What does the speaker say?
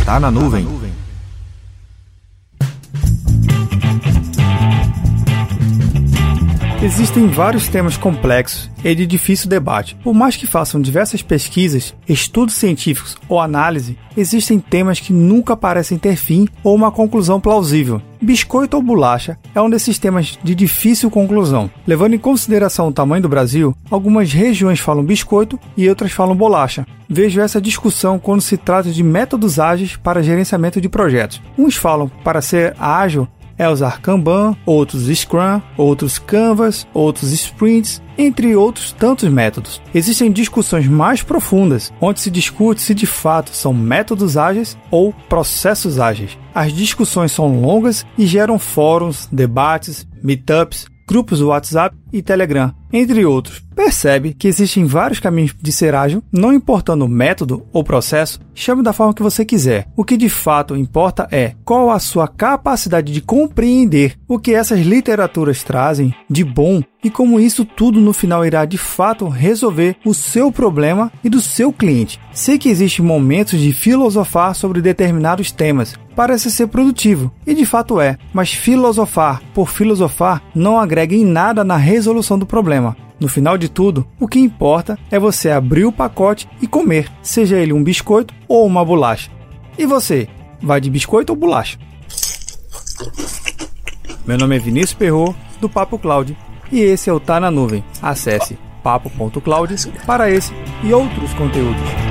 Tá na nuvem. Existem vários temas complexos e de difícil debate. Por mais que façam diversas pesquisas, estudos científicos ou análise, existem temas que nunca parecem ter fim ou uma conclusão plausível. Biscoito ou bolacha é um desses temas de difícil conclusão. Levando em consideração o tamanho do Brasil, algumas regiões falam biscoito e outras falam bolacha. Vejo essa discussão quando se trata de métodos ágeis para gerenciamento de projetos. Uns falam para ser ágil é usar Kanban, outros Scrum, outros Canvas, outros Sprints, entre outros tantos métodos. Existem discussões mais profundas, onde se discute se de fato são métodos ágeis ou processos ágeis. As discussões são longas e geram fóruns, debates, meetups, grupos do WhatsApp e Telegram, entre outros. Percebe que existem vários caminhos de ser ágil, não importando o método ou processo, chame da forma que você quiser. O que de fato importa é qual a sua capacidade de compreender o que essas literaturas trazem de bom e como isso tudo no final irá de fato resolver o seu problema e do seu cliente. Sei que existem momentos de filosofar sobre determinados temas, parece ser produtivo, e de fato é, mas filosofar por filosofar não agrega em nada na resolução do problema. No final de tudo, o que importa é você abrir o pacote e comer, seja ele um biscoito ou uma bolacha. E você, vai de biscoito ou bolacha? Meu nome é Vinícius Perrot, do Papo Cloud, e esse é o Tá na Nuvem. Acesse papo.cloud para esse e outros conteúdos.